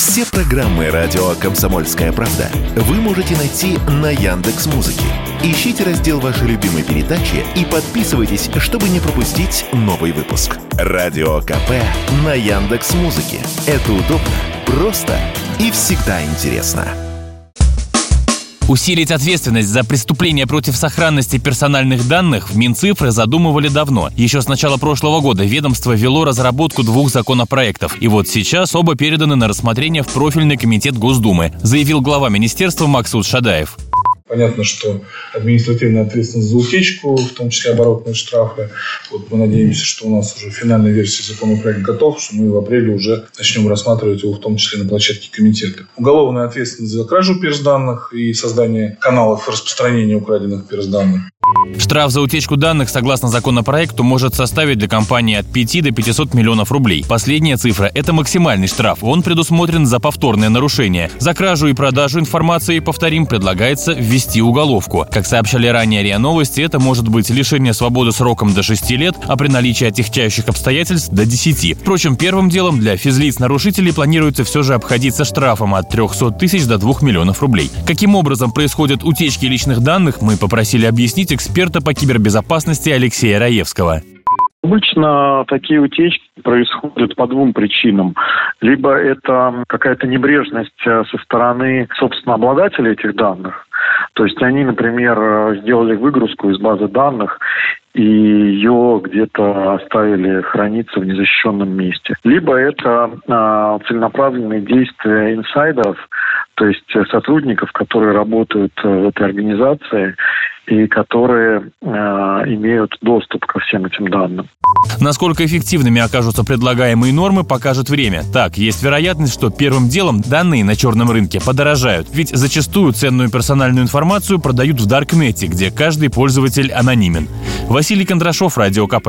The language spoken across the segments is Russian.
Все программы радио «Комсомольская правда» вы можете найти на Яндекс.Музыке. Ищите раздел вашей любимой передачи и подписывайтесь, чтобы не пропустить новый выпуск. Радио КП на Яндекс.Музыке. Это удобно, просто и всегда интересно. Усилить ответственность за преступления против сохранности персональных данных в Минцифры задумывали давно. Еще с начала прошлого года ведомство вело разработку 2 законопроектов. И вот сейчас оба переданы на рассмотрение в профильный комитет Госдумы, заявил глава министерства Максут Шадаев. Понятно, что административная ответственность за утечку, в том числе оборотные штрафы. Вот мы надеемся, что у нас уже финальная версия законопроекта готова, что мы в апреле уже начнем рассматривать его, в том числе на площадке комитета. Уголовная ответственность за кражу персданных и создание каналов распространения украденных персданных. Штраф за утечку данных, согласно законопроекту, может составить для компании от 5 до 500 миллионов рублей. Последняя цифра – это максимальный штраф. Он предусмотрен за повторное нарушение. За кражу и продажу информации, повторим, предлагается ввести уголовку. Как сообщали ранее РИА Новости, это может быть лишение свободы сроком до 6 лет, а при наличии отягчающих обстоятельств – до 10. Впрочем, первым делом для физлиц-нарушителей планируется все же обходиться штрафом от 300 тысяч до 2 миллионов рублей. Каким образом происходят утечки личных данных, мы попросили объяснить эксперта по кибербезопасности Алексея Раевского. Обычно такие утечки происходят по 2 причинам. Либо это какая-то небрежность со стороны, собственно, обладателя этих данных. То есть они, например, сделали выгрузку из базы данных и ее где-то оставили храниться в незащищенном месте. Либо это целенаправленные действия инсайдеров, то есть сотрудников, которые работают в этой организации и которые имеют доступ ко всем этим данным. Насколько эффективными окажутся предлагаемые нормы, покажет время. Так, есть вероятность, что первым делом данные на черном рынке подорожают. Ведь зачастую ценную персональную информацию продают в Даркнете, где каждый пользователь анонимен. Василий Кондрашов, Радио КП.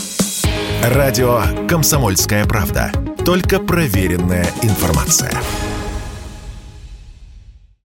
Радио «Комсомольская правда». Только проверенная информация.